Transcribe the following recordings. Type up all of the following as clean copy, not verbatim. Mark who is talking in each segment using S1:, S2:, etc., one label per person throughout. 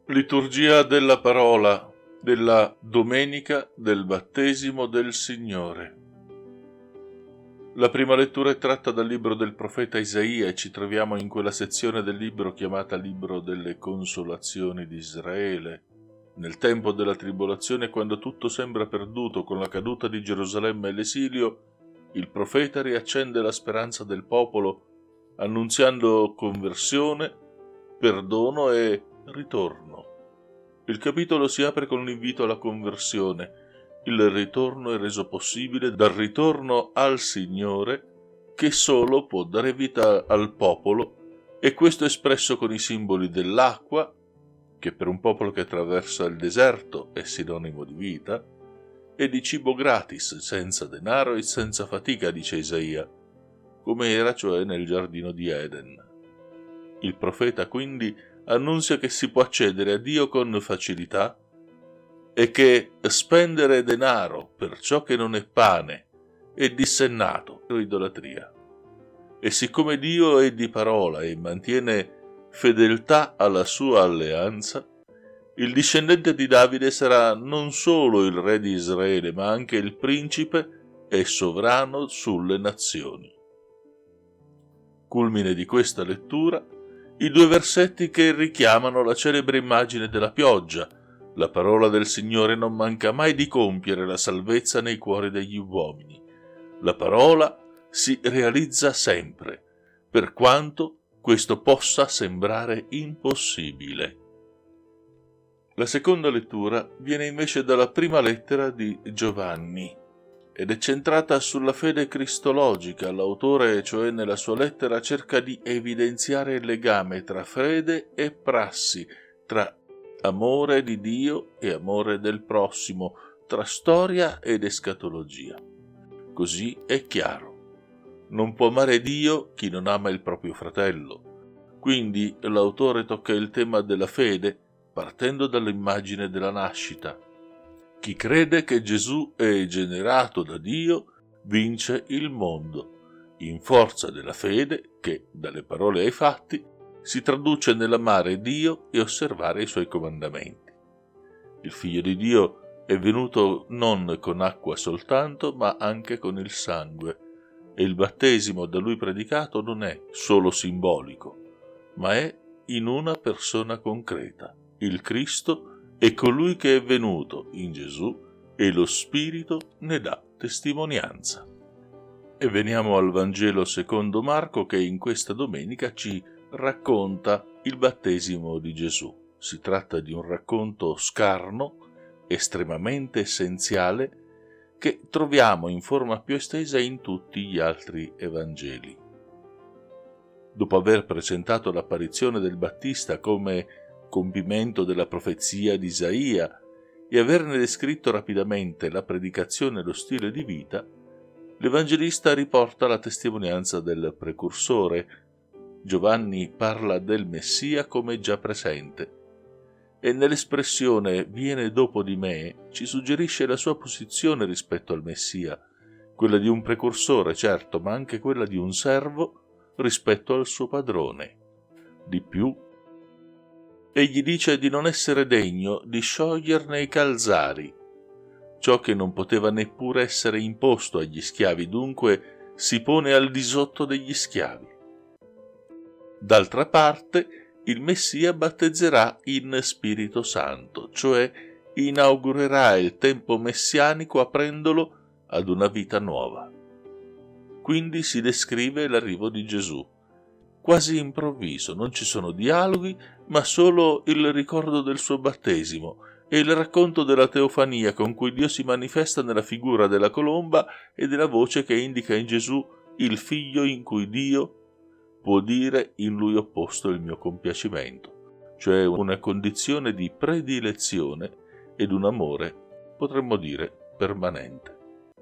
S1: Liturgia della parola della domenica del battesimo del Signore. La prima lettura è tratta dal libro del profeta Isaia e ci troviamo in quella sezione del libro chiamata Libro delle Consolazioni di Israele. Nel tempo della tribolazione, quando tutto sembra perduto con la caduta di Gerusalemme e l'esilio, il profeta riaccende la speranza del popolo, annunziando conversione, perdono e ritorno. Il capitolo si apre con l'invito alla conversione. Il ritorno è reso possibile dal ritorno al Signore, che solo può dare vita al popolo, e questo è espresso con i simboli dell'acqua, che per un popolo che attraversa il deserto è sinonimo di vita, e di cibo gratis, senza denaro e senza fatica, dice Isaia, come era cioè nel giardino di Eden. Il profeta quindi annunzia che si può accedere a Dio con facilità e che spendere denaro per ciò che non è pane è dissennato o idolatria. E siccome Dio è di parola e mantiene fedeltà alla sua alleanza, il discendente di Davide sarà non solo il re di Israele, ma anche il principe e sovrano sulle nazioni. Culmine di questa lettura, i due versetti che richiamano la celebre immagine della pioggia. La parola del Signore non manca mai di compiere la salvezza nei cuori degli uomini. La parola si realizza sempre, per quanto questo possa sembrare impossibile. La seconda lettura viene invece dalla prima lettera di Giovanni ed è centrata sulla fede cristologica. L'autore, cioè nella sua lettera, cerca di evidenziare il legame tra fede e prassi, tra amore di Dio e amore del prossimo, tra storia ed escatologia. Così è chiaro. Non può amare Dio chi non ama il proprio fratello. Quindi l'autore tocca il tema della fede partendo dall'immagine della nascita. Chi crede che Gesù è generato da Dio vince il mondo, in forza della fede che, dalle parole ai fatti, si traduce nell'amare Dio e osservare i suoi comandamenti. Il Figlio di Dio è venuto non con acqua soltanto, ma anche con il sangue, e il battesimo da lui predicato non è solo simbolico, ma è in una persona concreta, il Cristo è colui che è venuto in Gesù e lo Spirito ne dà testimonianza. E veniamo al Vangelo secondo Marco, che in questa domenica ci racconta il battesimo di Gesù. Si tratta di un racconto scarno, estremamente essenziale, che troviamo in forma più estesa in tutti gli altri Evangeli. Dopo aver presentato l'apparizione del Battista come compimento della profezia di Isaia e averne descritto rapidamente la predicazione e lo stile di vita, l'Evangelista riporta la testimonianza del precursore. Giovanni parla del Messia come già presente e nell'espressione «viene dopo di me» ci suggerisce la sua posizione rispetto al Messia, quella di un precursore, certo, ma anche quella di un servo rispetto al suo padrone. Di più, egli dice di non essere degno di scioglierne i calzari, ciò che non poteva neppure essere imposto agli schiavi, dunque si pone al di sotto degli schiavi. D'altra parte, il Messia battezzerà in Spirito Santo, cioè inaugurerà il tempo messianico aprendolo ad una vita nuova. Quindi si descrive l'arrivo di Gesù. Quasi improvviso, non ci sono dialoghi, ma solo il ricordo del suo battesimo e il racconto della teofania con cui Dio si manifesta nella figura della colomba e della voce che indica in Gesù il figlio in cui Dio può dire in lui ho posto il mio compiacimento, cioè una condizione di predilezione ed un amore, potremmo dire, permanente.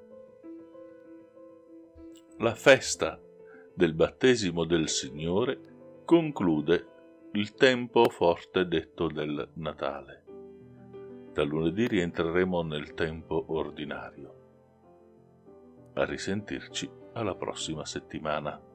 S1: La festa del battesimo del Signore conclude il tempo forte detto del Natale. Da lunedì rientreremo nel tempo ordinario. A risentirci alla prossima settimana.